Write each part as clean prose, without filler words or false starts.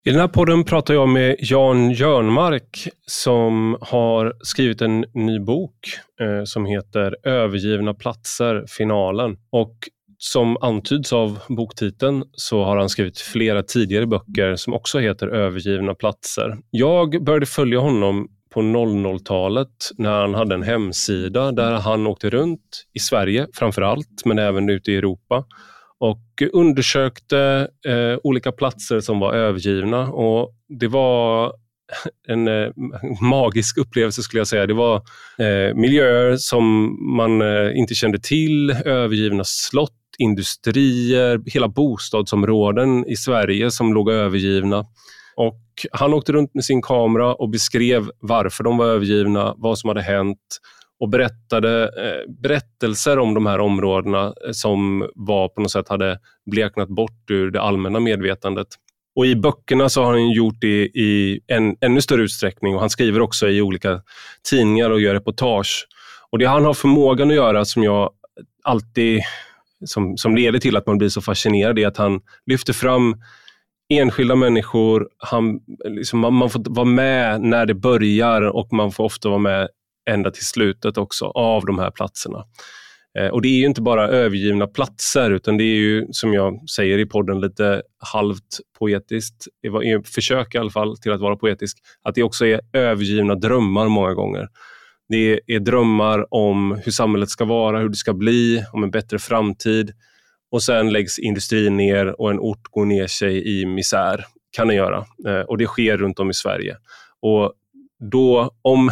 I den här podden pratar jag med Jan Jörnmark som har skrivit en ny bok som heter Övergivna platser, finalen. Och som antyds av boktiteln så har han skrivit flera tidigare böcker som också heter Övergivna platser. Jag började följa honom på 00-talet när han hade en hemsida där han åkte runt i Sverige framförallt, men även ute i Europa och undersökte olika platser som var övergivna, och det var en magisk upplevelse skulle jag säga. Det var miljöer som man inte kände till, övergivna slott, industrier, hela bostadsområden i Sverige som låg övergivna. Och han åkte runt med sin kamera och beskrev varför de var övergivna, vad som hade hänt, och berättade berättelser om de här områdena som var på något sätt hade bleknat bort ur det allmänna medvetandet. Och i böckerna så har han gjort det i en ännu större utsträckning, och han skriver också i olika tidningar och gör reportage. Och det han har förmågan att göra som jag alltid som leder till att man blir så fascinerad är att han lyfter fram enskilda människor. Man får vara med när det börjar, och man får ofta vara med ända till slutet också av de här platserna. Och det är ju inte bara övergivna platser, utan det är ju, som jag säger i podden, lite halvt poetiskt, i försök i alla fall till att vara poetisk, att det också är övergivna drömmar många gånger. Det är drömmar om hur samhället ska vara, hur det ska bli, om en bättre framtid. Och sen läggs industrin ner och en ort går ner sig i misär, kan den göra. Och det sker runt om i Sverige. Och då, om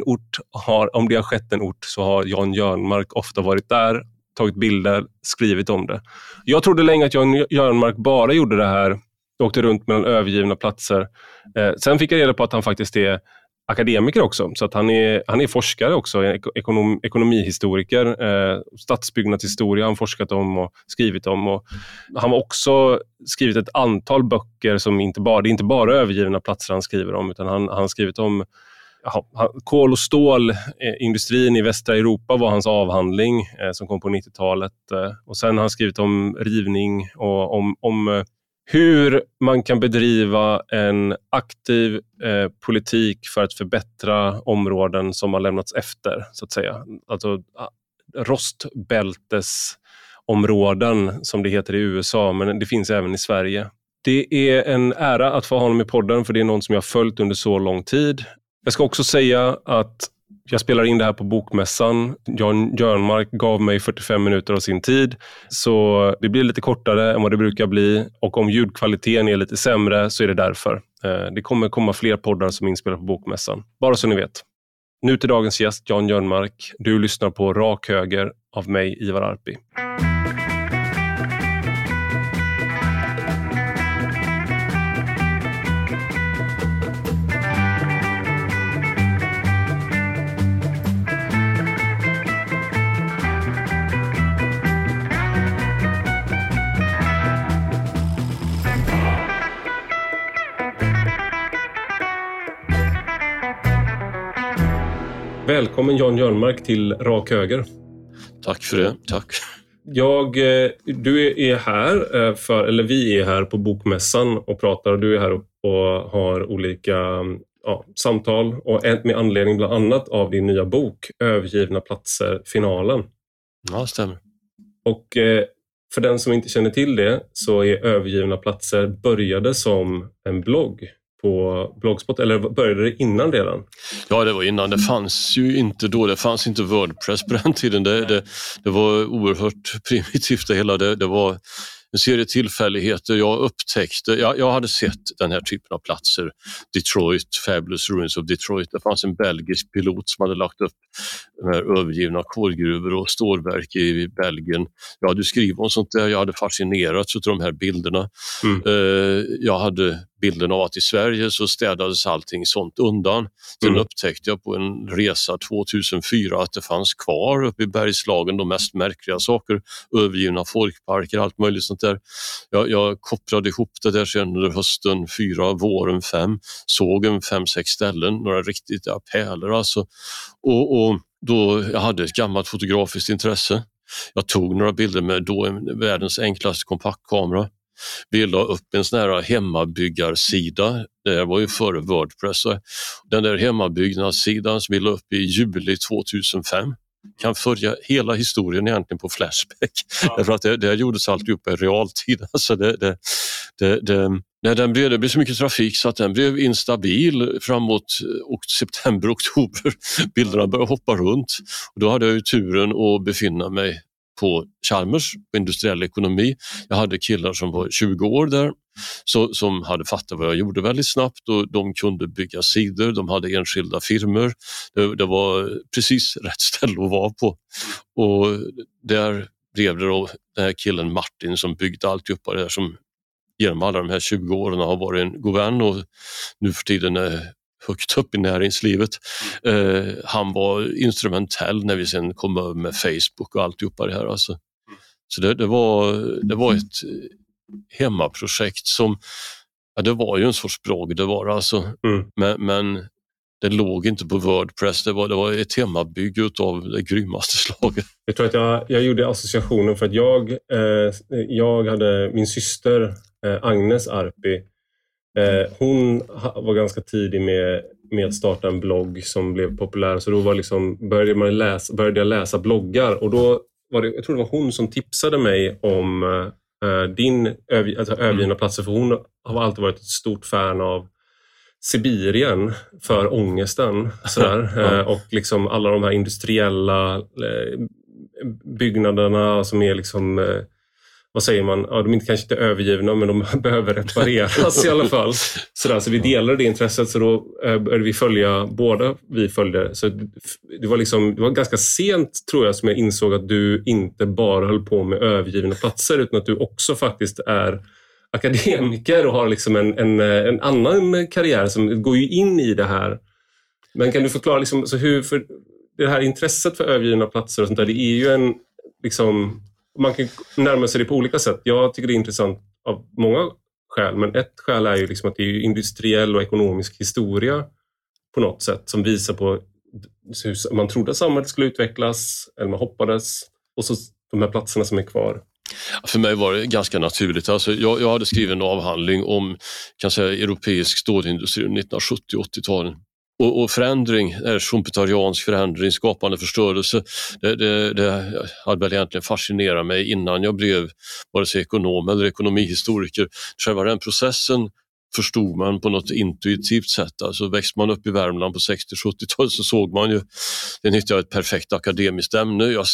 det har skett en ort, så har Jan Jörnmark ofta varit där, tagit bilder, skrivit om det. Jag trodde länge att Jan Jörnmark bara gjorde det här, åkte runt mellan övergivna platser. Sen fick jag reda på att han faktiskt är akademiker också, så att han är forskare också, ekonomihistoriker, stadsbyggnadshistoria har han forskat om och skrivit om, och han har också skrivit ett antal böcker som det är inte bara övergivna platser han skriver om, utan han har skrivit om kol- och stålindustrin i västra Europa var hans avhandling som kom på 90-talet, och sen har han skrivit om rivning och om hur man kan bedriva en aktiv politik för att förbättra områden som har lämnats efter, så att säga. Alltså rostbältesområden som det heter i USA, men det finns även i Sverige. Det är en ära att få ha honom i podden, för det är någon som jag har följt under så lång tid. Jag ska också säga att jag spelar in det här på Bokmässan. Jan Jörnmark gav mig 45 minuter av sin tid, så det blir lite kortare än vad det brukar bli. Och om ljudkvaliteten är lite sämre så är det därför. Det kommer komma fler poddar som inspelar på Bokmässan. Bara så ni vet. Nu till dagens gäst, Jan Jörnmark. Du lyssnar på Rak Höger av mig, Ivar Arpi. Välkommen Jan Jörnmark till Rak Höger. Tack för det, tack. Du är här, vi är här på Bokmässan och pratar, och du är här och har olika samtal, och med anledning bland annat av din nya bok Övergivna platser, finalen. Ja, stämmer. Och för den som inte känner till det, så är Övergivna platser började som en blogg på Blogspot, eller började det innan redan? Ja, det var innan. Det fanns ju inte då, det fanns inte WordPress på den tiden. Det var oerhört primitivt det hela. Det var en serie tillfälligheter. Jag upptäckte, jag hade sett den här typen av platser. Detroit, Fabulous Ruins of Detroit. Det fanns en belgisk pilot som hade lagt upp de här övergivna kolgruvor och stålverk i Belgien. Jag hade skrivit om sånt där. Jag hade fascinerats av de här bilderna. Jag hade bilden av att i Sverige så städades allting sånt undan. Sen upptäckte jag på en resa 2004 att det fanns kvar uppe i Bergslagen de mest märkliga saker. Övergivna folkparker, allt möjligt sånt där. Jag kopplade ihop det där sen under hösten 4, våren 5. Såg 5-6 ställen, några riktigt pärlor alltså. Och då jag hade ett gammalt fotografiskt intresse. Jag tog några bilder med då världens enklaste kompaktkamera. vi la upp en sån här hemmabyggarsida. Det var ju före WordPress. Den där hemmabyggnadssidan som vi la upp i juli 2005 kan följa hela historien egentligen på Flashback. Ja. Därför att det gjordes alltihop i realtid. Alltså det blev så mycket trafik så att den blev instabil framåt september, oktober. Bilderna började hoppa runt. Och då hade jag ju turen att befinna mig på Chalmers, på industriell ekonomi. Jag hade killar som var 20 år där som hade fattat vad jag gjorde väldigt snabbt och de kunde bygga sidor, de hade enskilda firmor. Det var precis rätt ställe att vara på. Och där blev det då den här killen Martin som byggde alltihopa det där som genom alla de här 20 åren har varit en god vän och nu för tiden är högt upp i näringslivet. Han var instrumentell när vi sen kom över med Facebook och alltihopa det här. Alltså. Så det var ett hemmaprojekt som, ja, det var ju en sorts blogg, det var alltså. Men det låg inte på WordPress, det var ett hemmabygge av det grymmaste slaget. Jag tror att jag gjorde associationen för att jag hade min syster Agnes Arpi. Hon var ganska tidig med att starta en blogg som blev populär, så då var började jag läsa bloggar och då var det, jag tror det var hon som tipsade mig om din övergivna platser, för hon har alltid varit ett stort fan av Sibirien för ångesten sådär. Och liksom alla de här industriella byggnaderna som är liksom vad säger man? Ja, de är kanske inte övergivna, men de behöver repareras i alla fall. Så vi delade det intresset, så då började vi följa, båda vi följde. Så det var ganska sent, tror jag, som jag insåg att du inte bara höll på med övergivna platser, utan att du också faktiskt är akademiker och har liksom en annan karriär som går ju in i det här. Men kan du förklara liksom, så hur, för det här intresset för övergivna platser och sånt där, det är ju en liksom, man kan närma sig det på olika sätt. Jag tycker det är intressant av många skäl, men ett skäl är ju liksom att det är industriell och ekonomisk historia på något sätt som visar på hur man trodde att samhället skulle utvecklas, eller man hoppades, och så de här platserna som är kvar. För mig var det ganska naturligt. Alltså jag hade skrivit en avhandling om, kan säga, europeisk stålindustri 1970- och 80-talen. Och förändring, schumpeteriansk förändring, skapande förstörelse, det hade väl egentligen fascinerat mig innan jag blev vare sig ekonom eller ekonomihistoriker. Själva den processen förstod man på något intuitivt sätt. Alltså växte man upp i Värmland på 60-70-talet så såg man ju, den hittade ett perfekt akademiskt ämne. Jag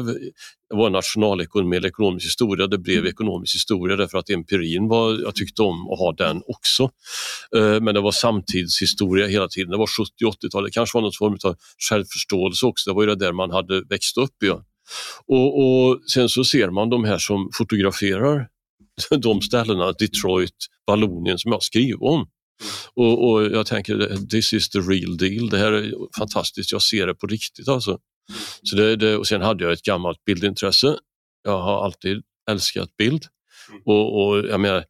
var nationalekonomi eller ekonomisk historia, det blev ekonomisk historia därför att empirin var, jag tyckte om att ha den också. Men det var samtidshistoria hela tiden, det var 70-80-talet, kanske var något form av självförståelse också, det var ju det där man hade växt upp i. Och sen så ser man de här som fotograferar de ställena, Detroit, Vallonien, som jag skriver om. Och jag tänker, this is the real deal. Det här är fantastiskt, jag ser det på riktigt alltså. Så och sen hade jag ett gammalt bildintresse. Jag har alltid älskat bild. Och jag menar,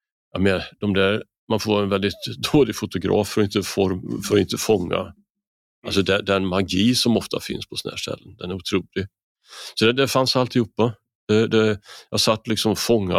de där, man får en väldigt dålig fotograf för att inte fånga alltså den magi som ofta finns på såna här ställen. Den är otrolig. Så det fanns alltihopa. Jag satt liksom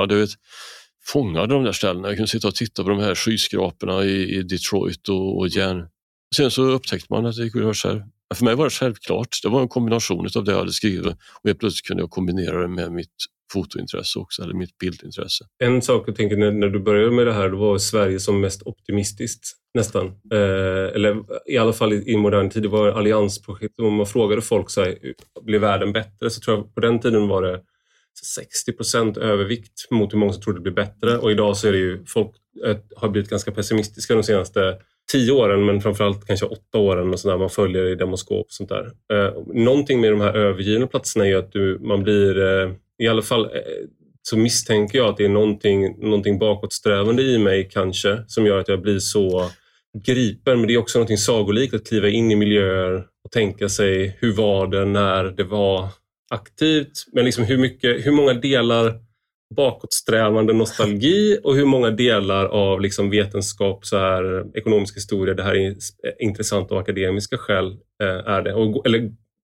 fångade de där ställena. Jag kunde sitta och titta på de här skyskraporna i Detroit och igen. Sen så upptäckte man att det gick att göra själv. För mig var det självklart. Det var en kombination av det jag hade skrivit och helt plötsligt kunde jag kombinera det med mitt fotointresse också, eller mitt bildintresse. En sak jag tänker när du började med det här, då var Sverige som mest optimistiskt nästan. Eller i alla fall i modern tid, det var alliansprojekt. Om man frågade folk så här, blev världen bättre? Så tror jag på den tiden var det 60% övervikt mot hur många som trodde det blev bättre. Och idag så är det ju, folk har blivit ganska pessimistiska de senaste 10 åren, men framförallt kanske 8 åren och sådär, man följer i Demoskop och sånt där. Någonting med de här övergivna platserna är ju att man blir, i alla fall så misstänker jag att det är någonting bakåtsträvande i mig kanske, som gör att jag blir så gripen. Men det är också någonting sagolikt att kliva in i miljöer och tänka sig, hur var det när det var aktivt, men liksom hur många delar bakåtsträvande nostalgi och hur många delar av liksom vetenskap, så här, ekonomisk historia, det här är intressant och akademiska skäl är det. Eller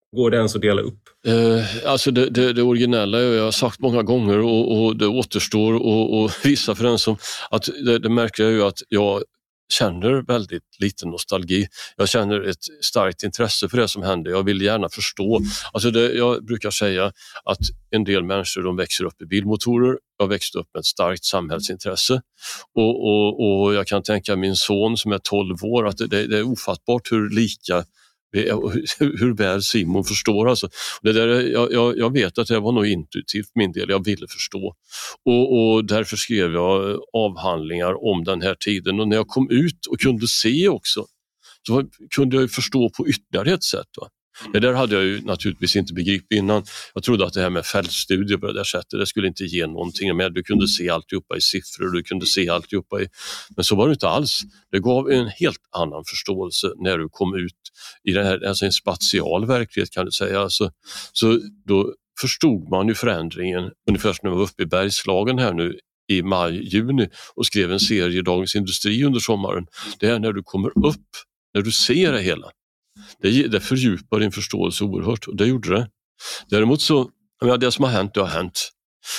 går det ens att dela upp? Alltså det originella jag har sagt många gånger och det återstår och visa för den som att det märker jag ju att jag känner väldigt lite nostalgi. Jag känner ett starkt intresse för det som händer. Jag vill gärna förstå. Alltså jag brukar säga att en del människor de växer upp i bilmotorer. Jag växte upp med ett starkt samhällsintresse. Och jag kan tänka min son som är 12 år att det är ofattbart hur lika hur väl Simon förstår. Alltså. Det där, jag vet att det var nog intuitivt för min del, jag ville förstå. Och därför skrev jag avhandlingar om den här tiden. Och när jag kom ut och kunde se också, så kunde jag förstå på ytterligare ett sätt. Va? Det där hade jag ju naturligtvis inte begripit innan. Jag trodde att det här med fältstudier på det där sättet, det skulle inte ge någonting. Men du kunde se alltihopa i siffror, du kunde se alltihopa men så var det inte alls. Det gav en helt annan förståelse när du kom ut i den här, alltså en spatial verklighet kan du säga. Alltså, så då förstod man ju förändringen ungefär som när man var uppe i Bergslagen här nu i maj-juni och skrev en serie i Dagens Industri under sommaren. Det är när du kommer upp, när du ser det hela. Det fördjupar din förståelse oerhört och det gjorde det. Däremot så, det som har hänt, det har hänt.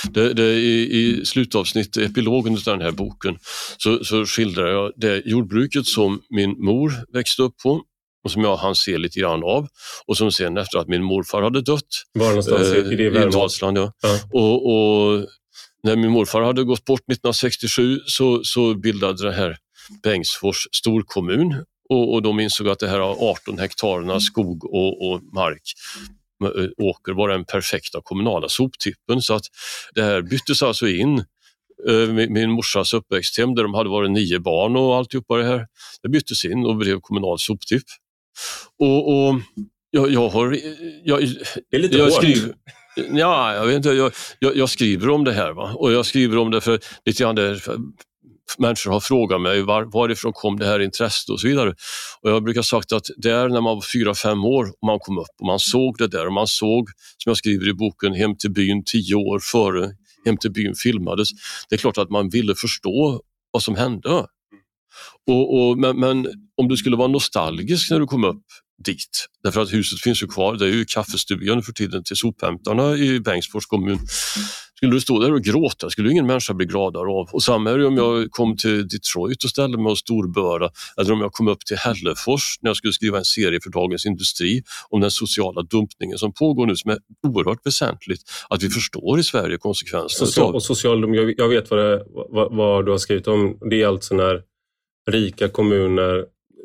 I slutavsnitt, epilogen av den här boken, så skildrar jag det jordbruket som min mor växte upp på och som jag hann se lite grann av och som sen efter att min morfar hade dött. Var någonstans i det i Dalsland, ja. Och när min morfar hade gått bort 1967 så bildade det här Bengtsfors storkommun. Och de insåg att det här 18 hektarerna skog och mark, åker, var den perfekta kommunala soptippen. Så att det här byttes alltså in. Min morsas uppväxthem där de hade varit 9 barn och alltihopa det här. Det byttes in och blev kommunal soptipp. Och jag har... det är lite hårt. Ja, jag vet inte. Jag skriver om det här. Va? Och jag skriver om det för lite grann det... Människor har frågat mig varifrån kom det här intresset och så vidare. Och jag brukar sagt att där när man var 4-5 år och man kom upp och man såg det där och man såg, som jag skriver i boken, Hem till byn 10 år före Hem till byn filmades. Det är klart att man ville förstå vad som hände. Men om du skulle vara nostalgisk när du kom upp dit, därför att huset finns ju kvar, det är ju kaffestugan för tiden till sophämtarna i Bengtsfors kommun. Skulle du stå där och gråta skulle ingen människa bli gladare av. Och samma är det om jag kom till Detroit och ställde mig och storböra, eller om jag kom upp till Hällefors när jag skulle skriva en serie för Dagens Industri om den sociala dumpningen som pågår nu, som är oerhört väsentligt att vi förstår i Sverige konsekvenserna. Och social, jag vet vad du har skrivit om. Det är alltså när rika kommuner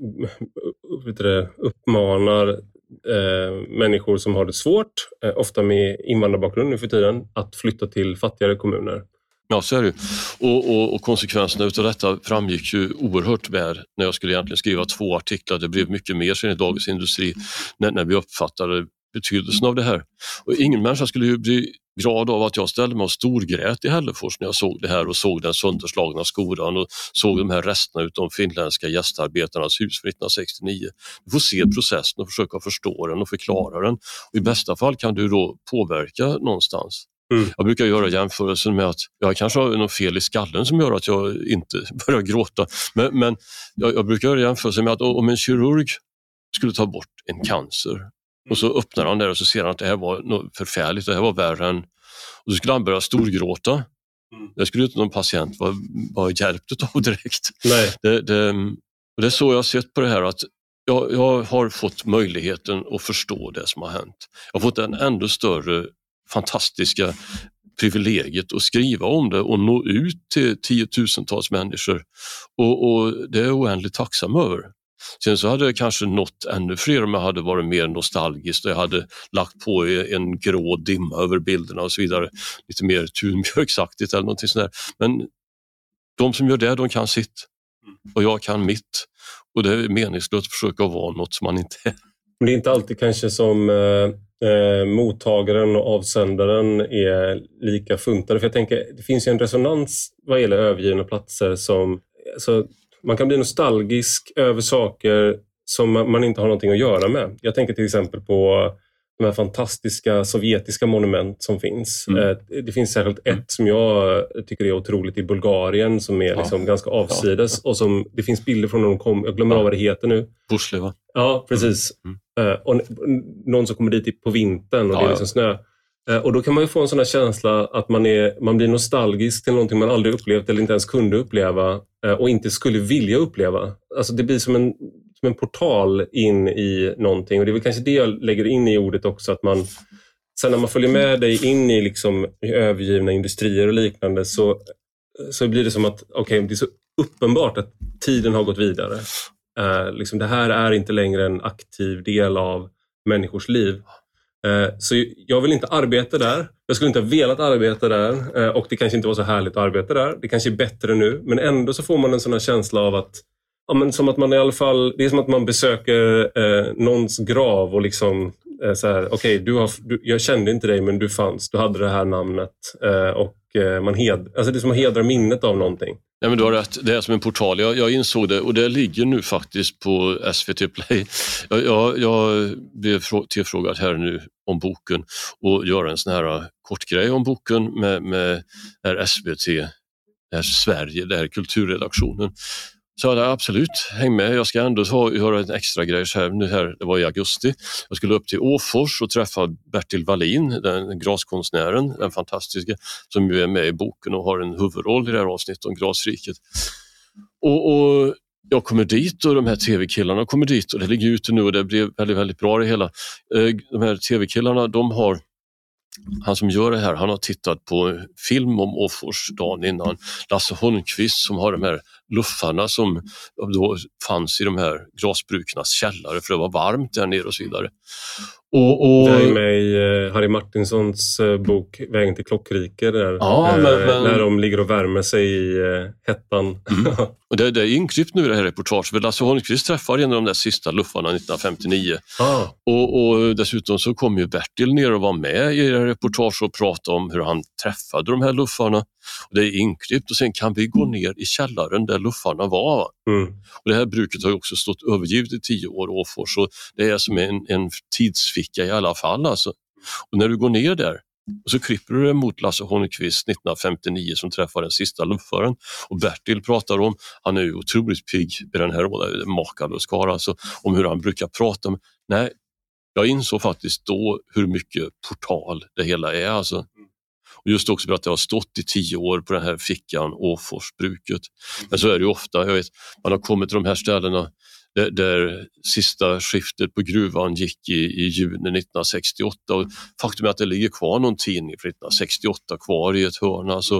uppmanar människor som har det svårt, ofta med invandrarbakgrund nu för tiden, att flytta till fattigare kommuner. Ja, så är det. Och konsekvenserna utav detta framgick ju oerhört väl när jag skulle egentligen skriva 2 artiklar. Det blev mycket mer sen i Dagens Industri när vi uppfattade betydelsen av det här. Och ingen människa skulle ju bli glad av att jag ställde mig och storgrät i Hällefors när jag såg det här och såg den sönderslagna skolan och såg de här resterna utav finländska gästarbetarnas hus från 1969. Du får se processen och försöka förstå den och förklara den. Och i bästa fall kan du då påverka någonstans. Mm. Jag brukar göra jämförelsen med att jag kanske har något fel i skallen som gör att jag inte börjar gråta. Men jag brukar göra jämförelsen med att om en kirurg skulle ta bort en cancer och så öppnar han där och så ser han att det här var något förfärligt, det här var värre än... Och så skulle han börja storgråta. Det skulle inte någon patient vara hjälpt av direkt. Nej. Det är så jag har sett på det här, att jag har fått möjligheten att förstå det som har hänt. Jag har fått en ännu större fantastiska privilegiet att skriva om det och nå ut till 10-tusentals människor. Och det är jag oändligt tacksam över. Sen så hade jag kanske nått ännu fler om jag hade varit mer nostalgisk och jag hade lagt på en grå dimma över bilderna och så vidare. Lite mer tunbjörksaktigt eller någonting sånt där. Men de som gör det, de kan sitt. Och jag kan mitt. Och det är meningslöst att försöka vara något som man inte är. Det är inte alltid kanske som mottagaren och avsändaren är lika funtade. För jag tänker, det finns ju en resonans vad gäller övergivna platser som... Alltså, man kan bli nostalgisk över saker som man inte har någonting att göra med. Jag tänker till exempel på de här fantastiska sovjetiska monument som finns. Det finns särskilt ett som jag tycker är otroligt i Bulgarien som är liksom ganska avsides och som det finns bilder från när de kom, jag glömmer av vad det heter nu. Busleva. Ja, precis. Och någon som kommer dit på vintern och det är liksom snö. Och då kan man ju få en sån här känsla att man blir nostalgisk till någonting man aldrig upplevt eller inte ens kunde uppleva och inte skulle vilja uppleva. Alltså det blir som en portal in i någonting, och det är väl kanske det jag lägger in i ordet också, att man sen när man följer med dig in i liksom övergivna industrier och liknande så blir det som att det är så uppenbart att tiden har gått vidare. Liksom det här är inte längre en aktiv del av människors liv. Så jag vill inte arbeta där. Jag skulle inte ha velat arbeta där, och det kanske inte var så härligt att arbeta där. Det kanske är bättre nu, men ändå så får man en sån här känsla av att som att man i alla fall, det är som att man besöker någons grav och liksom så här, jag kände inte dig men du fanns, du hade det här namnet, och alltså det är som att hedra minnet av någonting. Ja, men du har rätt, det är som en portal. Jag insåg det, och det ligger nu faktiskt på SVT Play. Jag blev tillfrågad här nu om boken och göra en sån här kort grej om boken med SVT, Sverige, det här kulturredaktionen. Så jag absolut, häng med. Jag ska ändå göra en extra grej här. Det var i augusti. Jag skulle upp till Åfors och träffa Bertil Wallin, den graskonstnären, den fantastiska, som ju är med i boken och har en huvudroll i det här avsnittet om Grasriket. Och jag kommer dit och de här tv-killarna kommer dit och det ligger ute nu och det blev väldigt, väldigt bra det hela. De här tv-killarna, han som gör det här, han har tittat på film om Åfors dagen innan. Lasse Holmqvist som har de här luffarna som då fanns i de här grasbrukarnas källare för det var varmt där nere och så vidare. Och det är med i Harry Martinsons bok Vägen till Klockrike där, när de ligger och värmer sig i hettan. Och det är inklippt nu i det här reportaget, för Lasse Holmqvist träffar en av de där sista luffarna 1959. Och dessutom så kom ju Bertil ner och var med i det här reportaget och pratade om hur han träffade de här luffarna. Och det är inklippt och sen kan vi gå ner i källaren där luffarna var. Och det här bruket har ju också stått övergivet i 10 år Åfors, så det är som en tidsficka i alla fall alltså. Och när du går ner där och så klipper du det mot Lasse Holmqvist 1959 som träffar den sista luffaren, och Bertil pratar om, han är ju otroligt pigg i den här makalös karl alltså, om hur han brukar prata om. Nej, jag insåg faktiskt då hur mycket portal det hela är alltså. Och just också för att det har stått i 10 år på den här fickan, Åforsbruket. Men så är det ju ofta, jag vet, man har kommit till de här ställena där sista skiftet på gruvan gick i juni 1968, och faktum är att det ligger kvar någon tidning från 1968 kvar i ett hörn alltså.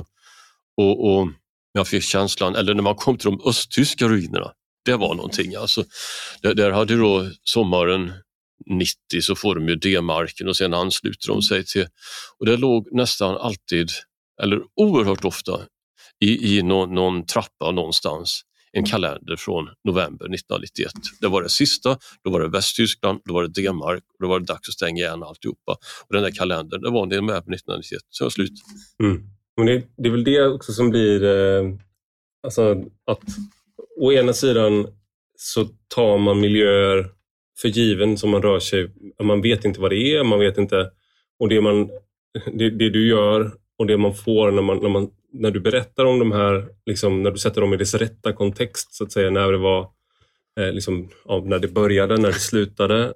Och jag fick känslan, eller när man kom till de östtyska ruinerna, det var någonting alltså. Där hade då sommaren 90 så får de ju D-marken och sen ansluter de sig till, och det låg nästan alltid, eller oerhört ofta i någon trappa någonstans, en kalender från november 1991. Det var det sista, då var det Västtyskland, då var det D-mark och då var det dags att stänga igen alltihopa. Och den där kalendern, det var det med på 1991, så var slut. Men det är väl det också som blir alltså att å ena sidan så tar man miljöer för given som man rör sig, man vet inte vad det är, man vet inte, och det du gör och det man får när du berättar om de här, liksom, när du sätter dem i dess rätta kontext så att säga, när det var liksom, när det började, när det slutade,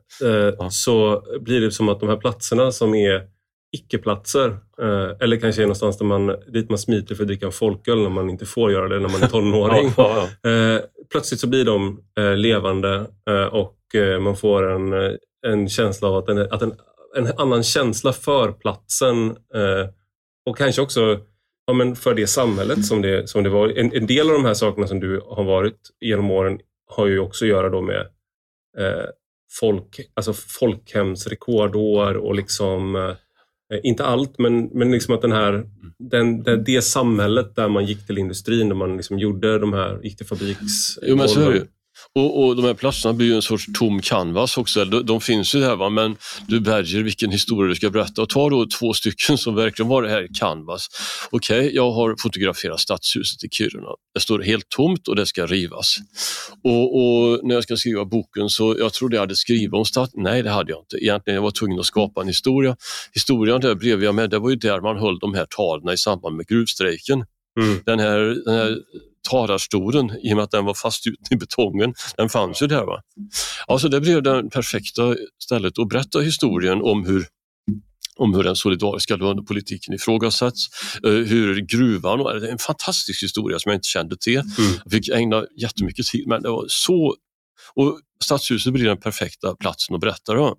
så blir det som att de här platserna som är icke-platser, eller kanske är någonstans dit man smiter för att dricka en folköl när man inte får göra det när man är tonåring. Plötsligt så blir de levande, och man får en känsla av att en annan känsla för platsen, och kanske också för det samhället som det var. En del av de här sakerna som du har varit genom åren har ju också att göra då med folkhemsrekordår och liksom inte allt, men liksom att det samhället där man gick till industrin, där man liksom gjorde gick till fabriks. Jo, men så är det ju. Och de här platserna blir ju en sorts tom canvas också. De finns ju där, va? Men du väljer vilken historia du ska berätta. Och ta då 2 stycken som verkligen var det här canvas. Okej, jag har fotograferat stadshuset i Kiruna. Det står helt tomt och det ska rivas. Och när jag ska skriva boken så jag trodde jag hade skrivit om Nej, det hade jag inte. Egentligen jag var tvungen att skapa en historia. Historien där blev jag med. Det var ju där man höll de här talen i samband med gruvstrejken. Den här talarstolen, i och med att den var fastgjuten i betongen, den fanns ju där, va? Alltså det blev det perfekta stället att berätta historien om hur den solidariska lönepolitiken ifrågasätts, hur gruvan, det är en fantastisk historia som jag inte kände till. Jag fick ägna jättemycket tid, men det var så, och stadshuset blir den perfekta platsen att berätta det.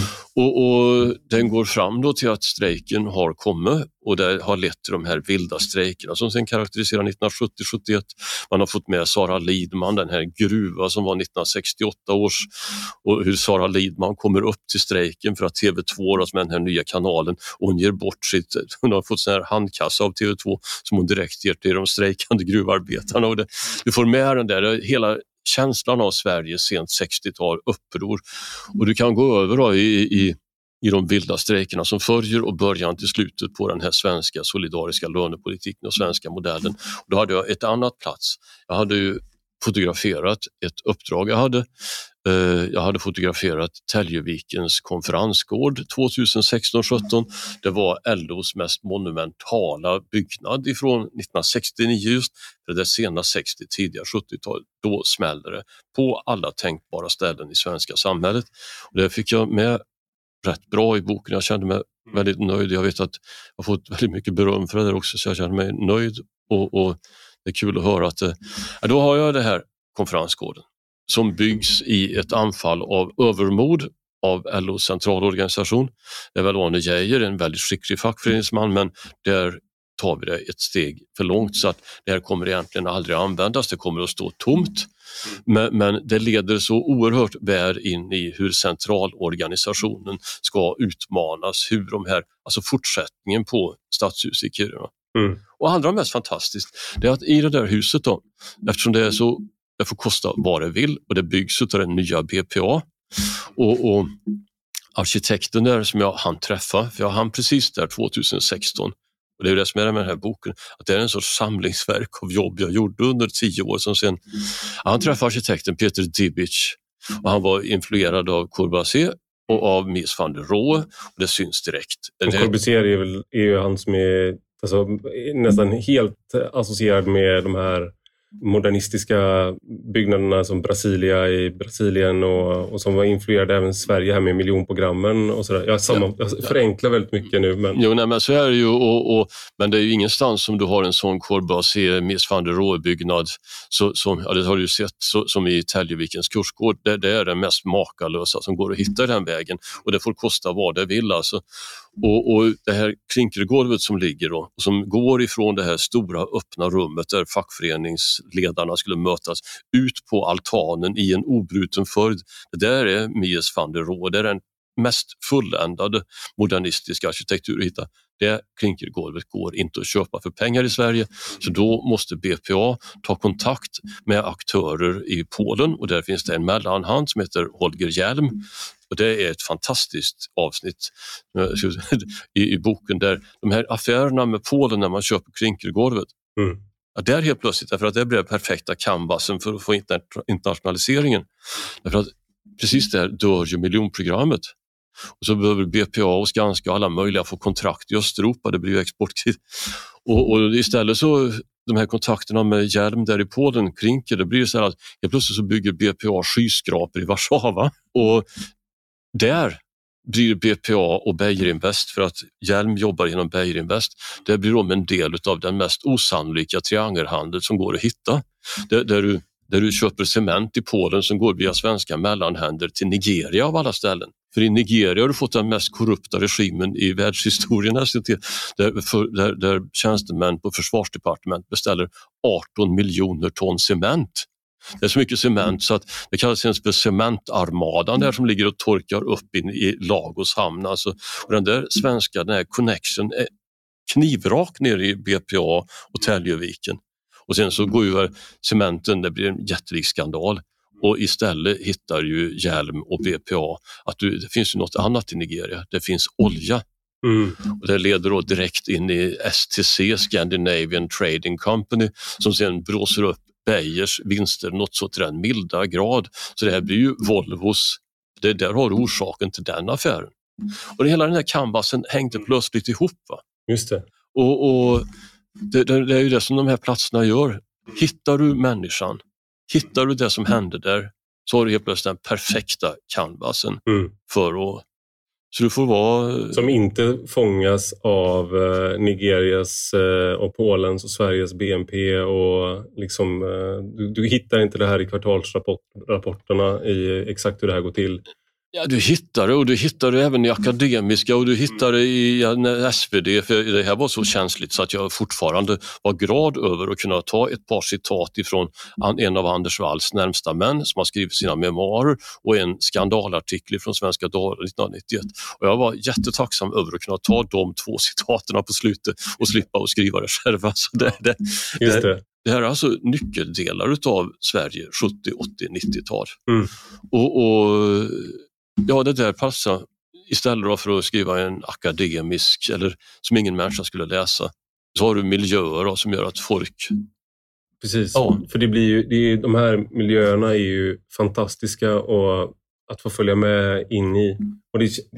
Och den går fram då till att strejken har kommit och det har lett till de här vilda strejkerna som sen karaktäriserar 1970-71. Man har fått med Sara Lidman, den här gruva som var 1968 års, och hur Sara Lidman kommer upp till strejken för att TV2 som är den här nya kanalen, och hon ger bort hon har fått sån här handkassa av TV2 som hon direkt ger till de strejkande gruvarbetarna, och du får med den där hela känslan av Sverige sent 60-tal, uppror, och du kan gå över då i de vilda strejkerna som följer och början till slutet på den här svenska solidariska lönepolitiken och svenska modellen. Och då hade jag ett annat plats. Jag hade ju fotograferat ett uppdrag jag hade fotograferat Täljevikens konferensgård 2016-17. Det var LOs mest monumentala byggnad ifrån 1969 just, för det sena 60, tidiga 70-tal. Då smällde det på alla tänkbara ställen i svenska samhället. Och det fick jag med rätt bra i boken. Jag kände mig väldigt nöjd. Jag vet att jag har fått väldigt mycket beröm för det där också, så jag kände mig nöjd, och det är kul att höra att då har jag det här konferensgården som byggs i ett anfall av övermod av LOs centralorganisation. Det är väl Arne Geijer, en väldigt skicklig fackföreningsman, men där tar vi det ett steg för långt, så att det här kommer egentligen aldrig användas, det kommer att stå tomt. Men det leder så oerhört väl in i hur centralorganisationen ska utmanas, hur de här, alltså fortsättningen på Stadshuset i Kiruna. Och allra mest fantastiskt, det är att i det där huset då, eftersom det är så, det får kosta vad det vill och det byggs av den nya BPA, och arkitekten där som jag hann träffa, för jag hann precis där 2016, och det är det som är med den här boken, att det är en sorts samlingsverk av jobb jag gjorde under 10 år som sen. Han träffade arkitekten Peter Dibic och han var influerad av Corbusier och av Mies van der Rohe, och det syns direkt. Corbusier är ju han som är alltså, nästan helt associerad med de här modernistiska byggnaderna som Brasilia i Brasilien, och som var influerade även Sverige här med miljonprogrammen och sådär. Jag förenklar väldigt mycket nu. Men... Jo, nej, men så är det ju, men det är ju ingenstans som du har en sån Corbusier, Mies van der Rohe-byggnad som, ja, det har du ju sett, som i Täljevikens kursgård. Det är det mest makalösa som går att hitta den vägen, och det får kosta vad det vill alltså. Och det här klinkergolvet som ligger då, som går ifrån det här stora öppna rummet där fackföreningsledarna skulle mötas ut på altanen i en obruten följd. Det där är Mies van der Rohe, det är den mest fulländade modernistiska arkitektur att hitta. Det klinkergolvet går inte att köpa för pengar i Sverige, så då måste BPA ta kontakt med aktörer i Polen, och där finns det en mellanhand som heter Holger Hjelm. Och det är ett fantastiskt avsnitt i boken där de här affärerna med Polen när man köper klinkergolvet. Ja, där helt plötsligt, därför att det blir perfekta canvasen för att få internationaliseringen. Därför att precis där dör ju miljonprogrammet. Och så behöver BPA och Skanska och alla möjliga få kontrakt i Östeuropa, det blir ju exportkrig. Och istället så, de här kontakterna med Hjelm där i Polen, Klinker, det blir så här att helt plötsligt så bygger BPA skyskrapor i Warszawa. Och där blir BPA och Beijerinvest, för att Hjelm jobbar inom Beijerinvest, det blir de en del av den mest osannolika triangelhandel som går att hitta. Där du köper cement i Polen som går via svenska mellanhänder till Nigeria av alla ställen. För i Nigeria har du fått den mest korrupta regimen i världshistorien, där tjänstemän på försvarsdepartement beställer 18 miljoner ton cement. Det är så mycket cement så att det kallas ens för cementarmadan där som ligger och torkar upp in i Lagos hamn. Alltså, och den där svenska, den här connection är knivrak ner i BPA och Täljeviken. Och sen så går ju cementen, det blir en jättelik skandal. Och istället hittar ju Hjelm och BPA att det finns ju något annat i Nigeria. Det finns olja. Och det leder då direkt in i STC, Scandinavian Trading Company, som sen blåser upp Beyers vinster något så till den milda grad. Så det här blir ju Volvos, det där har orsaken till den affären. Och hela den här canvasen hängde plötsligt ihop. Va? Just det. Och det är ju det som de här platserna gör. Hittar du människan, hittar du det som hände där, så har du helt plötsligt den perfekta canvasen för att... Så du får vara... Som inte fångas av Nigerias och Polens och Sveriges BNP och liksom, du hittar inte det här i kvartalsrapporterna i exakt hur det här går till. Ja, du hittar det, och du hittar det även i akademiska, och du hittar det i SvD, för det här var så känsligt så att jag fortfarande var glad över att kunna ta ett par citat ifrån en av Anders Walls närmsta män som har skrivit sina memoarer och en skandalartikel från Svenska Dagbladet 1991. Och jag var jättetacksam över att kunna ta de 2 citaterna på slutet och slippa att skriva det själva. Så det här är alltså nyckeldelar av Sverige 70, 80, 90-tal. Och ja, det där passar. Istället för att skriva en akademisk eller som ingen människa skulle läsa, så har du miljöer då, som gör att folk... Precis, för det blir ju, de här miljöerna är ju fantastiska och att få följa med in i. Och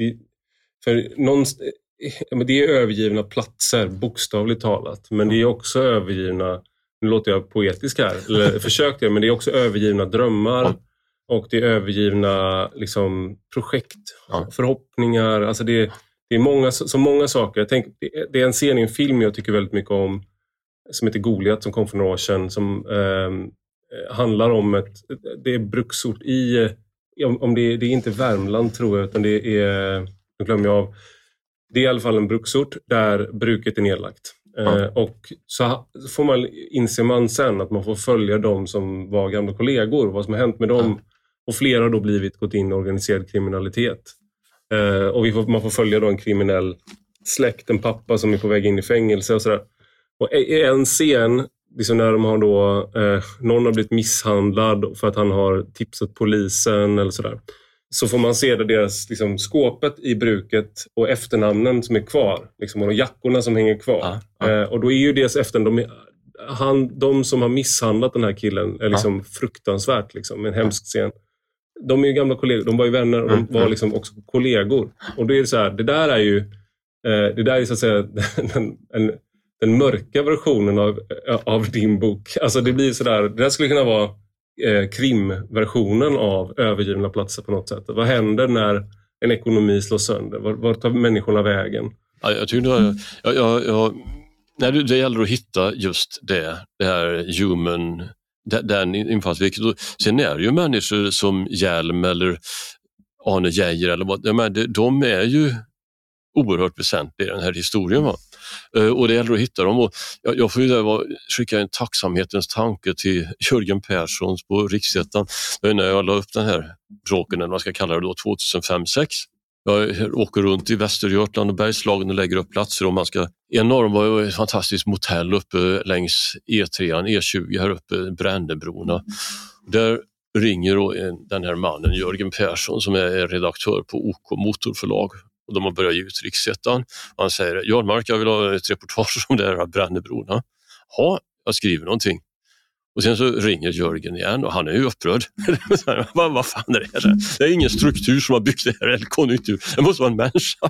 det är övergivna platser, bokstavligt talat, men det är också övergivna, nu låter jag poetisk här, eller försökt det, men det är också övergivna drömmar. Och det är övergivna liksom, projekt, förhoppningar. Alltså det är många saker. Jag tänker, det är en scen i en film jag tycker väldigt mycket om som heter Goliat, som kom för några år sedan. Som handlar om det är bruksort i... det är inte Värmland tror jag, utan det är... Nu glömmer jag av. Det är i alla fall en bruksort där bruket är nedlagt. Och så inser man sen att man får följa dem som var gamla kollegor, vad som har hänt med dem. Och flera har då gått in i organiserad kriminalitet. Och man får följa då en kriminell släkt, en pappa som är på väg in i fängelse och sådär. Och i en scen, liksom när de har då, någon har blivit misshandlad för att han har tipsat polisen eller sådär. Så får man se deras liksom, skåpet i bruket och efternamnen som är kvar. Liksom, och jackorna som hänger kvar. Och då är ju deras efternamn... De som har misshandlat den här killen är liksom fruktansvärt. Liksom, en hemsk scen. De är ju gamla kollegor. De var ju vänner och de var liksom också kollegor. Och då är det så här, det där är ju så att säga den mörka versionen av din bok. Alltså det blir så där, det där skulle kunna vara krimversionen av övergivna platser på något sätt. Vad händer när en ekonomi slås sönder? Var tar människorna vägen? Ja, jag tycker det gäller att hitta just det här human, den infallsvinkeln. Sen är det ju människor som Hjelm eller Arne Geijer eller vad, de är ju oerhört väsentliga i den här historien. Va? Och det gäller att hitta dem. Och jag får ju skicka en tacksamhetens tanke till Jörgen Persson på Riksettan. När jag la upp den här bråken, eller vad ska jag kalla det då, 2005-06. Jag åker runt i Västergötland och Bergslagen och lägger upp platser. Och en av dem var ju ett fantastiskt motell uppe längs E3, E20 här uppe, Brändebrona. Där ringer då den här mannen, Jörgen Persson, som är redaktör på OK Motorförlag. Och de har börjat ge ut Riksettan. Han säger, Jarnmark, jag vill ha ett reportage om det här Brändebrona. Ja, jag skriver någonting. Och sen så ringer Jörgen igen och han är ju upprörd. Vad fan är det här? Det är ingen struktur som har byggt det här, eller konjunktur. Det måste vara en människa.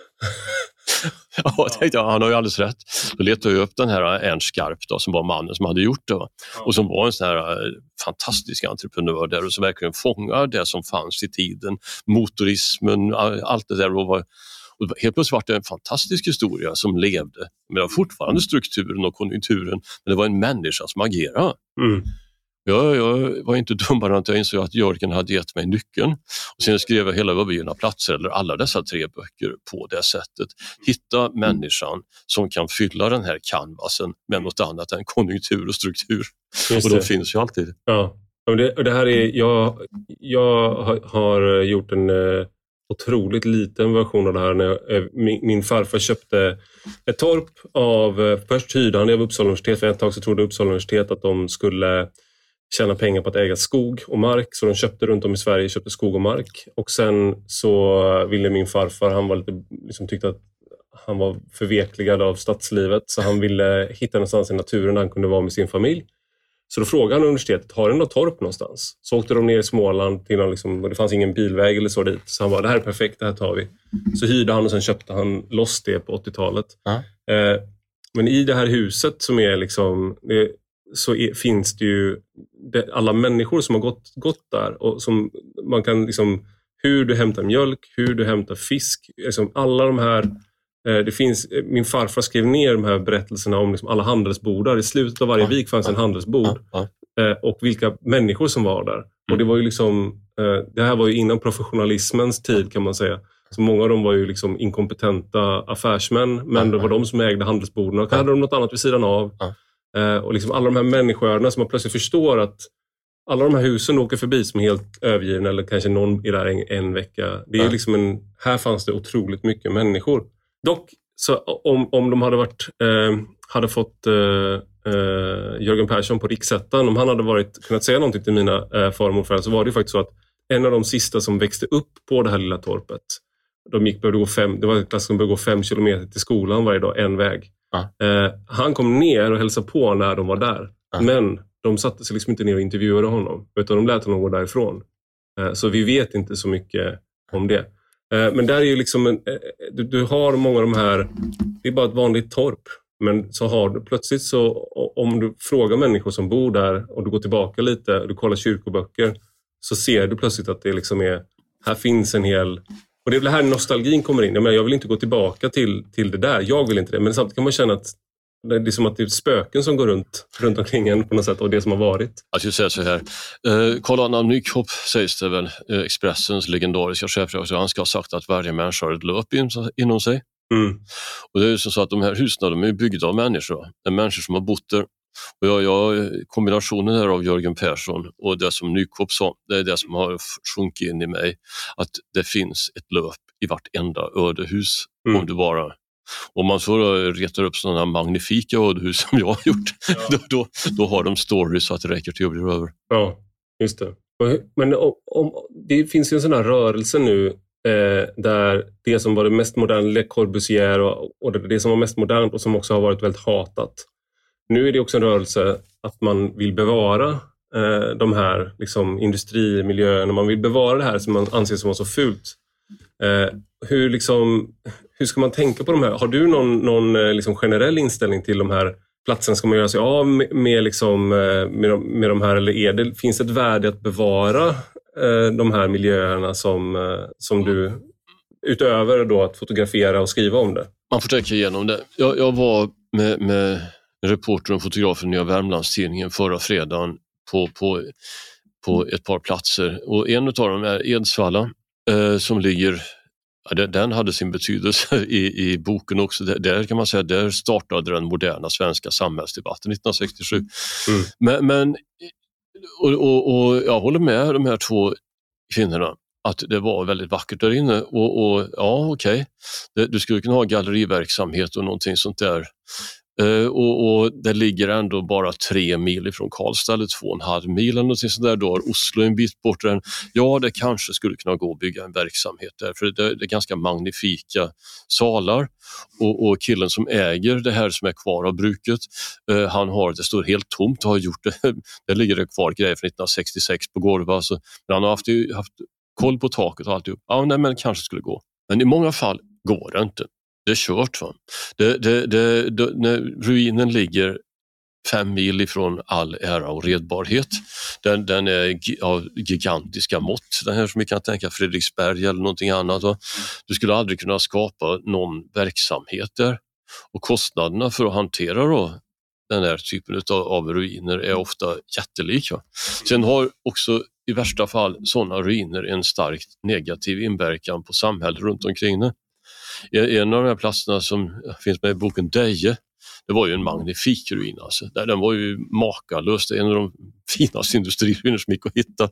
Ja, jag tänkte, han har ju alldeles rätt. Då letade jag upp den här Ernst Skarp då, som var mannen som hade gjort det. Och som var en sån här fantastisk entreprenör där och som verkligen fångar det som fanns i tiden. Motorismen, allt det där. Och helt plötsligt var det en fantastisk historia som levde. Men det var fortfarande strukturen och konjunkturen. Men det var en människa som agerade. Jag var inte dummare än att jag insåg att Jörgen hade gett mig nyckeln. Och sen skrev jag hela övergivna platser, eller alla dessa 3 böcker på det sättet. Hitta människan som kan fylla den här canvasen med något annat än konjunktur och struktur. Och de finns ju alltid. Ja, och det här är... Jag har gjort en otroligt liten version av det här. När min farfar köpte ett torp av... Först hyrde han det av Uppsala universitet. För ett tag så trodde Uppsala universitet att de skulle tjäna pengar på att äga skog och mark. Så de köpte runt om i Sverige, köpte skog och mark. Och sen så ville min farfar, han var lite, liksom tyckte att han var förvekligad av stadslivet. Så han ville hitta någonstans i naturen där han kunde vara med sin familj. Så då frågade han universitetet, har du något torp någonstans? Så åkte de ner i Småland till någon, liksom, och det fanns ingen bilväg eller så dit. Så han var, det här är perfekt, det här tar vi. Så hyrde han och sen köpte han loss det på 80-talet. Men i det här huset som är liksom, finns det ju alla människor som har gått där. Och som man kan liksom, hur du hämtar mjölk, hur du hämtar fisk. Liksom alla de här, det finns, min farfar skrev ner de här berättelserna om liksom alla handelsbordar. I slutet av varje vik fanns en handelsbord. Och vilka människor som var där. Och det var ju liksom, det här var ju innan professionalismens tid kan man säga. Så många av dem var ju liksom inkompetenta affärsmän, men det var de som ägde handelsborden. Och hade de något annat vid sidan av. Och liksom alla de här människoöarna som man plötsligt förstår att alla de här husen åker förbi som är helt övergivna, eller kanske någon är där en vecka. Det är liksom här fanns det otroligt mycket människor. Dock, så om de hade fått Jörgen Persson på Riksettan, om han hade kunnat säga någonting till mina farmor, så var det faktiskt så att en av de sista som växte upp på det här lilla torpet, det var en klass som började gå 5 kilometer till skolan varje dag, en väg. Han kom ner och hälsade på när de var där. Men de satte sig liksom inte ner och intervjuade honom, utan de lät honom gå därifrån. Så vi vet inte så mycket om det. Men där är ju liksom du har många av de här, det är bara ett vanligt torp. Men så har du plötsligt så, om du frågar människor som bor där och du går tillbaka lite och du kollar kyrkoböcker, så ser du plötsligt att det liksom här finns en hel, och det är väl här nostalgin kommer in. Jag vill inte gå tillbaka till det där, jag vill inte det. Men samtidigt kan man känna att det är som att det är spöken som går runt omkring en på något sätt, och det som har varit. Jag skulle säga så här, Carl-Anna Nykhopp sägs det väl, Expressens legendariska chefredaktör, han ska ha sagt att varje människa har ett löp inom sig. Och det är ju så att de här husen, de är byggda av människor. Det är människor som har bott där. Och kombinationen här av Jörgen Persson och det som Nykhopp sa, det är det som har sjunkit in i mig. Att det finns ett löp i vartenda ödehus, om du bara... Om man så retar upp sådana magnifika ödehus som jag har gjort, då har de stories så att det räcker till att bli över. Ja, just det. Men det finns ju en sån här rörelse nu där det som var det mest moderna, Le Corbusier och det som var mest modernt och som också har varit väldigt hatat. Nu är det också en rörelse att man vill bevara de här liksom, industrimiljöerna. Man vill bevara det här som man anser som var så fult. Hur ska man tänka på de här? Har du någon liksom generell inställning till de här platserna? Ska man göra sig av med de här, eller finns det ett värde att bevara de här miljöerna som du, utöver då att fotografera och skriva om det? Man får tänka igenom det. Jag var med reportern och fotografen i Nya Värmlandstidningen förra fredagen på ett par platser, och en av dem är Edsvalla som ligger, den hade sin betydelse i boken också. Där kan man säga, där startade den moderna svenska samhällsdebatten 1967. Men jag håller med de här två kvinnorna att det var väldigt vackert där inne, och ja, okej. Du skulle kunna ha galleriverksamhet och någonting sånt där. Och det ligger ändå bara 3 mil ifrån Karlstad, eller 2,5 mil eller någonting sånt där. Då har Oslo en bit bort. Ja, det kanske skulle kunna gå att bygga en verksamhet där, för det är ganska magnifika salar, och killen som äger det här som är kvar av bruket, det står helt tomt, har gjort det ligger det kvar grejer från 1966 på golvet, alltså, men han har haft koll på taket och alltihop. Ja, nej, men kanske skulle gå. Men i många fall går det inte. Det är kört, va? När ruinen ligger 5 mil ifrån all ära och redbarhet. Den är av gigantiska mått. Den här som vi kan tänka Fredriksberg eller någonting annat. Va? Du skulle aldrig kunna skapa någon verksamhet där. Och kostnaderna för att hantera då den här typen av ruiner är ofta jättelika. Sen har också i värsta fall sådana ruiner en starkt negativ inverkan på samhället runt omkring det. En av de här platserna som finns med i boken Deje, det var ju en magnifik ruin. Alltså. Den var ju makalös. Det är en av de finaste industriruiner som gick att hitta.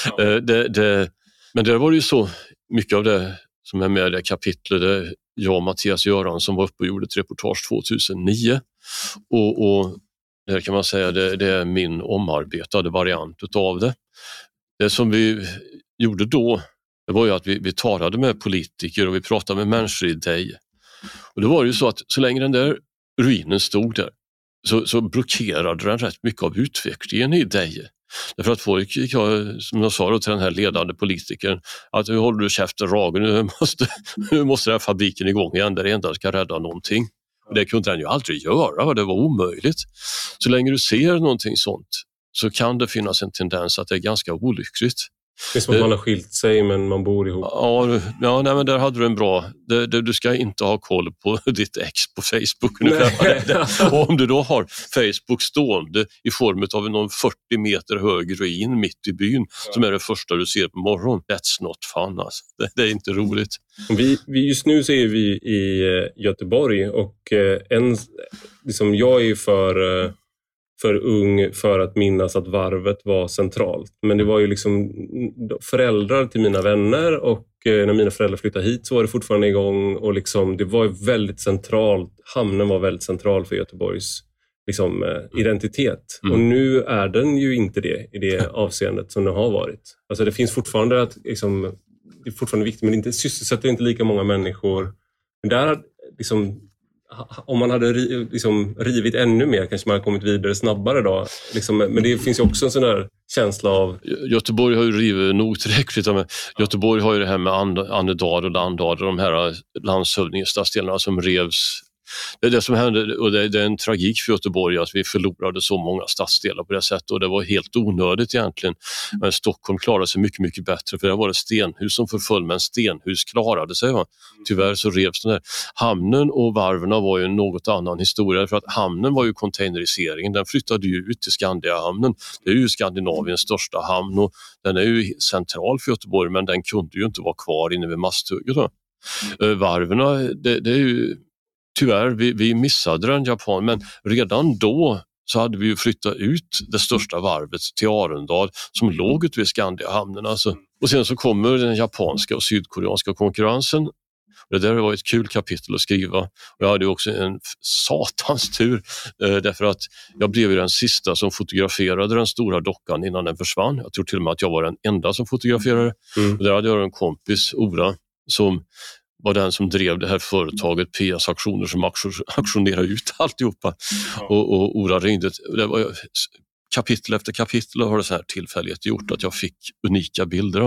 Men där var det ju så mycket av det som är med i det kapitlet. Där jag och Mattias Göransson var uppe och gjorde ett reportage 2009. Och Det här kan man säga det är min omarbetade variant utav det. Det som vi gjorde då, det var ju att vi talade med politiker och vi pratade med människor i Deje. Och det var ju så att så länge den där ruinen stod där så blockerade den rätt mycket av utvecklingen i Deje. Därför att folk gick, som jag sa då, till den här ledande politikern, att nu håller du käften Ragen, nu måste den här fabriken igång igen, där det enda ska rädda någonting. Och det kunde den ju aldrig göra, det var omöjligt. Så länge du ser någonting sånt så kan det finnas en tendens att det är ganska olyckligt. Det är som att man har skilt sig men man bor ihop. Ja, nej, men där hade du en bra... Du ska inte ha koll på ditt ex på Facebook. Och om du då har Facebook stående i form av någon 40 meter hög ruin mitt i byn som är det första du ser på morgonen. That's not fun alltså. Det är inte roligt. Just nu så är vi i Göteborg och liksom jag är ju för ung för att minnas att varvet var centralt. Men det var ju liksom föräldrar till mina vänner och när mina föräldrar flyttade hit så var det fortfarande igång och liksom, det var väldigt centralt. Hamnen var väldigt central för Göteborgs liksom, identitet. Och nu är den ju inte det i det avseendet som den har varit. Alltså det finns fortfarande att liksom, det är fortfarande viktigt men det sysselsätter inte lika många människor. Men där liksom, om man hade liksom rivit ännu mer kanske man hade kommit vidare snabbare då. Liksom, men det finns ju också en sån där känsla av... Göteborg har ju rivit nog tillräckligt. Göteborg har ju det här med Annedal och Landal och de här landshövdingestadsdelarna som revs. Det är det som hände och det är en tragik för Göteborg att vi förlorade så många stadsdelar på det sättet och det var helt onödigt egentligen. Men Stockholm klarade sig mycket, mycket bättre för det var det stenhus som förföll men stenhus klarade sig. Va? Tyvärr så revs den där. Hamnen och varverna var ju en något annan historia för att hamnen var ju containeriseringen. Den flyttade ju ut till Skandiahamnen. Det är ju Skandinaviens största hamn och den är ju central för Göteborg men den kunde ju inte vara kvar inne vid Masthugget. Varverna, det är ju tyvärr, vi missade den Japan men redan då så hade vi ju flyttat ut det största varvet till Arendal som låg ute vid Skandiahamnen. Alltså. Och sen så kommer den japanska och sydkoreanska konkurrensen. Det där var ett kul kapitel att skriva. Och jag hade också en satans tur därför att jag blev ju den sista som fotograferade den stora dockan innan den försvann. Jag tror till och med att jag var den enda som fotograferade. Och där hade jag en kompis, Ora, som var den som drev det här företaget PS Aktioner som aktionerade ut alltihopa. Och Ora ringde. Det var kapitel efter kapitel har det så här tillfälligt gjort att jag fick unika bilder.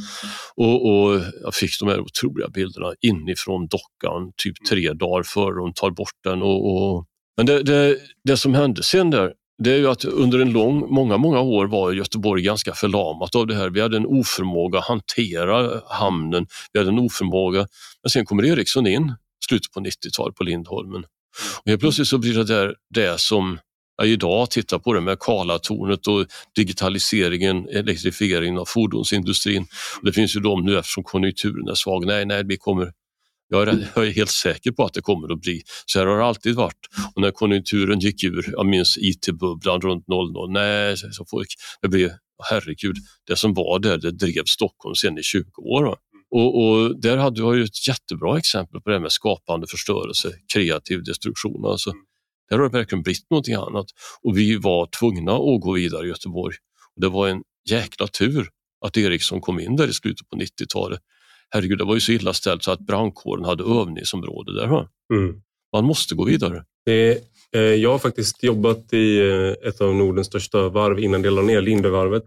Och jag fick de här otroliga bilderna inifrån dockan typ 3 dagar före de tar bort den. Men det som hände sen där, det är ju att under många år var Göteborg ganska förlamat av det här. Vi hade en oförmåga att hantera hamnen. Vi hade en oförmåga. Men sen kommer Ericsson in, slutet på 90-talet på Lindholmen. Och helt plötsligt så blir det som jag idag tittar på det med Karlatornet och digitaliseringen, elektrifieringen av fordonsindustrin. Och det finns ju de nu eftersom konjunkturen är svag. Nej, vi kommer... Jag är helt säker på att det kommer att bli. Så här har det alltid varit. Och när konjunkturen gick ur, jag minns IT-bubblan runt 00. Nej, så folk, det blev, herregud, det som var där, det drev Stockholm sen i 20 år. Och där hade jag ju ett jättebra exempel på det med skapande förstörelse, kreativ destruktion. Alltså, där har det verkligen blivit någonting annat. Och vi var tvungna att gå vidare i Göteborg. Och det var en jäkla tur att Ericsson kom in där i slutet på 90-talet. Herregud, det var ju så illa ställt så att brandkåren hade övningsområde där. Man måste gå vidare. Jag har faktiskt jobbat i ett av Nordens största varv innan det lade ner, Lindevarvet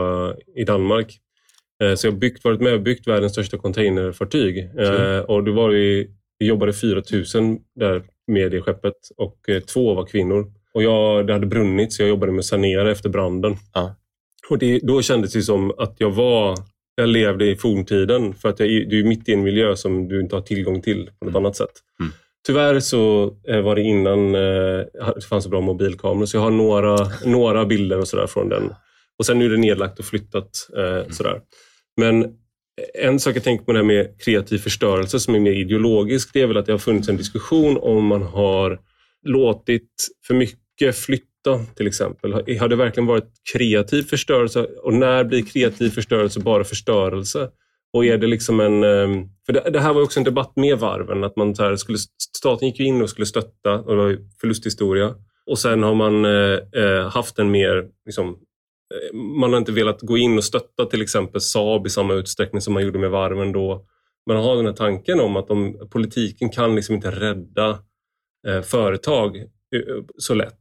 i Danmark. Så jag har varit med och byggt världens största containerfartyg. Och vi jobbade 4000 där med det skeppet och 2 var kvinnor. Och det hade brunnit så jag jobbade med att sanera efter branden. Och då kändes det som att jag levde i forntiden för att du är mitt i en miljö som du inte har tillgång till på något annat sätt. Tyvärr så var det innan det fanns så bra mobilkameror så jag har några bilder och sådär från den. Och sen nu är det nedlagt och flyttat sådär. Men en sak jag tänker på det här med kreativ förstörelse som är mer ideologisk, det är väl att det har funnits en diskussion om man har låtit för mycket flytta till exempel. Har det verkligen varit kreativ förstörelse och när blir kreativ förstörelse bara förstörelse? Och är det liksom för det här var också en debatt med varven att man så här staten gick in och skulle stötta och det var förlusthistoria Och sen har man haft en mer, liksom, man har inte velat gå in och stötta till exempel Saab i samma utsträckning som man gjorde med varven då. Man har den här tanken om att politiken kan liksom inte rädda företag så lätt.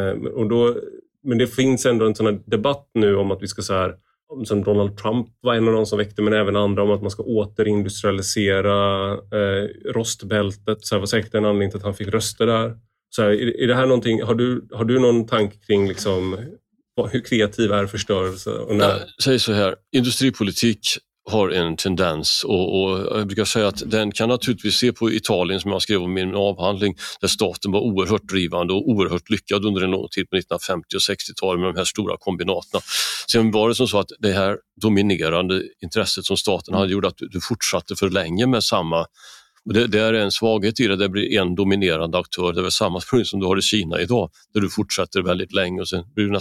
Men det finns ändå en sån här debatt nu om att vi ska så här, som Donald Trump var en av de som väckte, men även andra, om att man ska återindustrialisera rostbältet. Så det var säkert en anledning till att han fick röster där. Så här, är det här någonting, har du någon tanke kring liksom, hur kreativ är förstörelse? Säg så här, industripolitik har en tendens och jag brukar säga att den kan naturligtvis se på Italien, som jag skrev om i min avhandling, där staten var oerhört drivande och oerhört lyckad under en lång tid på 1950- och 60-talet med de här stora kombinaterna. Sen var det som så att det här dominerande intresset som staten hade gjort att du fortsatte för länge med samma. Och det är en svaghet i det, det blir en dominerande aktör. Det är väl samma problem som du har i Kina idag, där du fortsätter väldigt länge och sen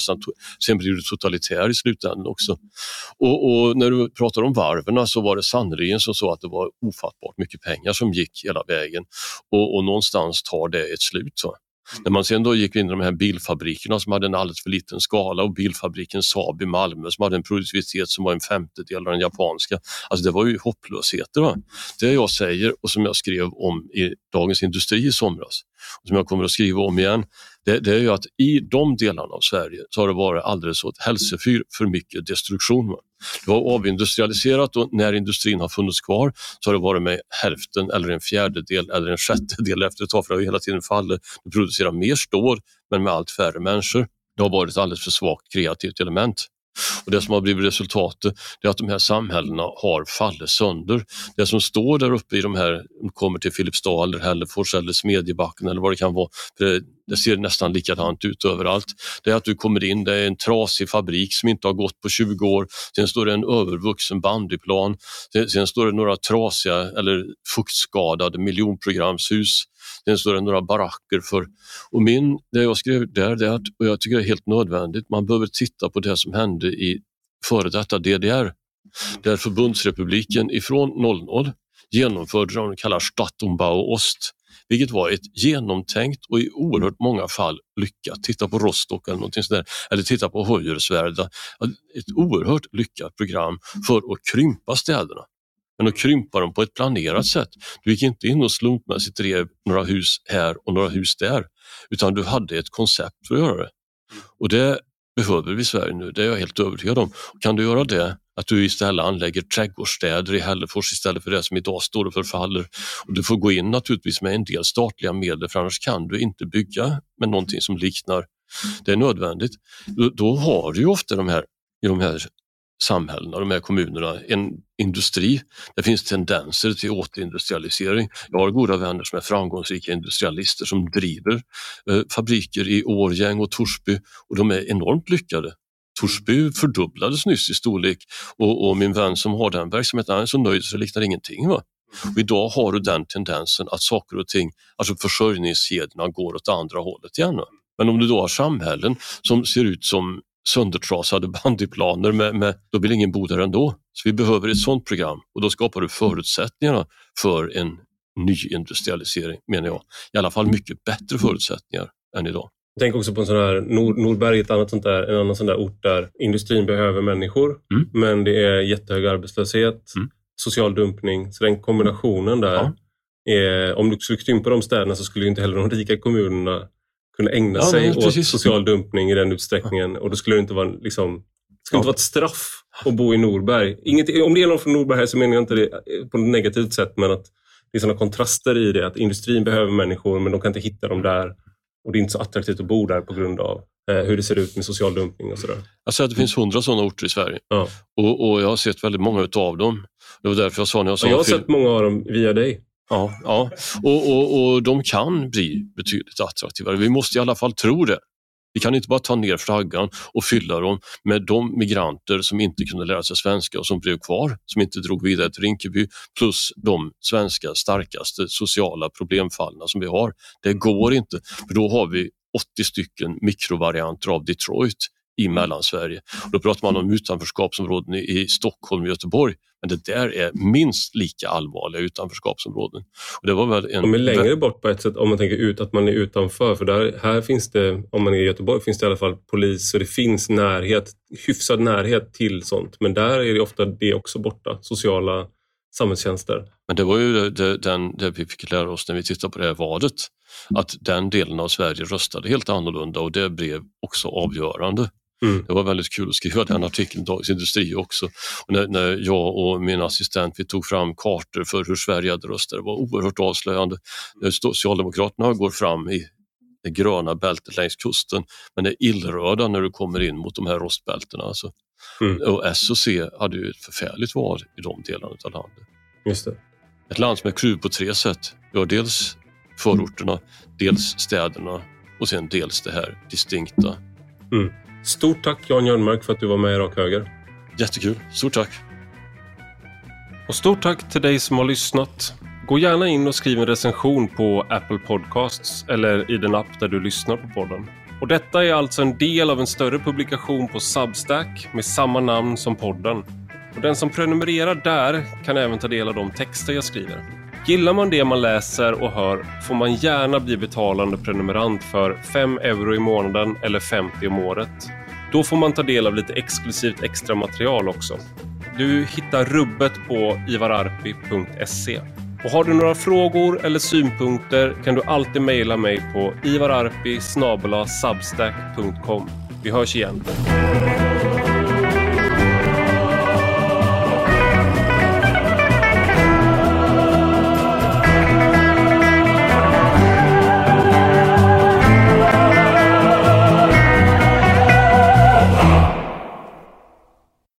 blir du totalitär i slutändan också. Och när du pratar om varven så var det sannolikt så att det var ofattbart mycket pengar som gick hela vägen. Och någonstans tar det ett slut. Så. När man sen då gick in i de här bilfabrikerna som hade en alldeles för liten skala, och bilfabriken Saab i Malmö som hade en produktivitet som var en femtedel av den japanska. Alltså det var ju hopplösheter. Va? Det jag säger och som jag skrev om i Dagens Industri i somras och som jag kommer att skriva om igen, det är ju att i de delarna av Sverige så har det varit alldeles så ett hälsefyr för mycket destruktion. Va? Det var avindustrialiserat och när industrin har funnits kvar så har det varit med hälften eller en fjärdedel eller en sjättedel efter ett tag, för det har hela tiden fallit. Du producerar mer stål men med allt färre människor. Det har varit ett alldeles för svagt kreativt element. Och det som har blivit resultatet är att de här samhällena har fallit sönder. Det som står där uppe i de här, kommer till Filipstad eller Hällefors eller Smedjebacken eller vad det kan vara, för det ser nästan likadant ut överallt. Det är att du kommer in, det är en trasig fabrik som inte har gått på 20 år. Sen står det en övervuxen bandyplan. Sen står det några trasiga eller fuktskadade miljonprogramshus. Sen står det några baracker för. Och det jag skrev där, det är att, och jag tycker det är helt nödvändigt, man behöver titta på det som hände i före detta DDR. Där förbundsrepubliken ifrån 00 genomförde det de kallar Stadtumbau Ost. Vilket var ett genomtänkt och i oerhört många fall lyckat. Titta på Rostock eller någonting sådär. Eller titta på Hoyerswerda. Ett oerhört lyckat program för att krympa städerna. Men att krympa dem på ett planerat sätt. Du gick inte in och slumpmässigt drev några hus här och några hus där. Utan du hade ett koncept för att göra det. Och det behöver vi i Sverige nu, det är jag helt övertygad om. Kan du göra det, att du istället anlägger trädgårdsstäder i Hällefors istället för det som idag står och förfaller. Och du får gå in naturligtvis med en del statliga medel, för annars kan du inte bygga med någonting som liknar. Det är nödvändigt. Då har du ju ofta i de här samhällena, de här kommunerna, en industri. Det finns tendenser till återindustrialisering. Jag har goda vänner som är framgångsrika industrialister som driver fabriker i Årjäng och Torsby, och de är enormt lyckade. Torsby fördubblades nyss i storlek och min vän som har den verksamheten är så nöjd så det liknar ingenting. Va? Och idag har du den tendensen att saker och ting, alltså försörjningskedjorna går åt andra hållet igen. Va? Men om du då har samhällen som ser ut som söndertrasade bandyplaner då vill ingen bo där ändå. Så vi behöver ett sådant program, och då skapar du förutsättningarna för en ny industrialisering, menar jag. I alla fall mycket bättre förutsättningar än idag. Jag tänker också på en sån här Norberg, en annan sån där ort där industrin behöver människor, men det är jättehög arbetslöshet, social dumpning, så den kombinationen där om du skulle krympa de städerna så skulle ju inte heller de rika kommunerna kunna ägna sig åt social dumpning i den utsträckningen, och då skulle det inte vara inte vara ett straff att bo i Norberg. Om det är någon från Norberg här så menar jag inte det på ett negativt sätt, men att det är sådana kontraster i det, att industrin behöver människor men de kan inte hitta dem där, och det är inte så attraktivt att bo där på grund av hur det ser ut med social dumpning och sådär. Jag säger att det finns 100 sådana orter i Sverige. Ja. Och jag har sett väldigt många av dem. Det var därför jag sa när jag sa... Jag har sett många av dem via dig. Ja. Och de kan bli betydligt attraktivare. Vi måste i alla fall tro det. Vi kan inte bara ta ner flaggan och fylla dem med de migranter som inte kunde lära sig svenska och som blev kvar, som inte drog vidare till Rinkeby, plus de svenska starkaste sociala problemfallen som vi har. Det går inte, för då har vi 80 stycken mikrovarianter av Detroit i Mellansverige. Och då pratar man om utanförskapsområden i Stockholm och Göteborg. Men det där är minst lika allvarliga utanförskapsområden. Och det var väl de är längre bort på ett sätt om man tänker ut att man är utanför. För här finns det, om man är i Göteborg, finns det i alla fall polis och det finns hyfsad närhet till sånt. Men där är det ofta det också borta, sociala samhällstjänster. Men det var ju det vi fick lära oss när vi tittade på det här valet. Att den delen av Sverige röstade helt annorlunda och det blev också avgörande. Det var väldigt kul att skriva den artikeln i Dagens Industri också. Och när jag och min assistent vi tog fram kartor för hur Sverige hade röstat, det var oerhört avslöjande. Socialdemokraterna går fram i det gröna bältet längs kusten men är illröda när du kommer in mot de här rostbältena. Alltså. Och S och C hade ju ett förfärligt val i de delarna av landet. Just det. Ett land som är kluvet på 3 sätt. Ja, dels förorterna, dels städerna och sen dels det här distinkta. Stort tack Jan Jörnmark för att du var med i Rak Höger. Jättekul, stort tack. Och stort tack till dig som har lyssnat. Gå gärna in och skriv en recension på Apple Podcasts eller i den app där du lyssnar på podden. Och detta är alltså en del av en större publikation på Substack med samma namn som podden. Och den som prenumererar där kan även ta del av de texter jag skriver. Gillar man det man läser och hör får man gärna bli betalande prenumerant för 5 euro i månaden eller 50 om året. Då får man ta del av lite exklusivt extra material också. Du hittar rubbet på ivararpi.se. Och har du några frågor eller synpunkter kan du alltid mejla mig på ivararpi@substack.com. Vi hörs igen.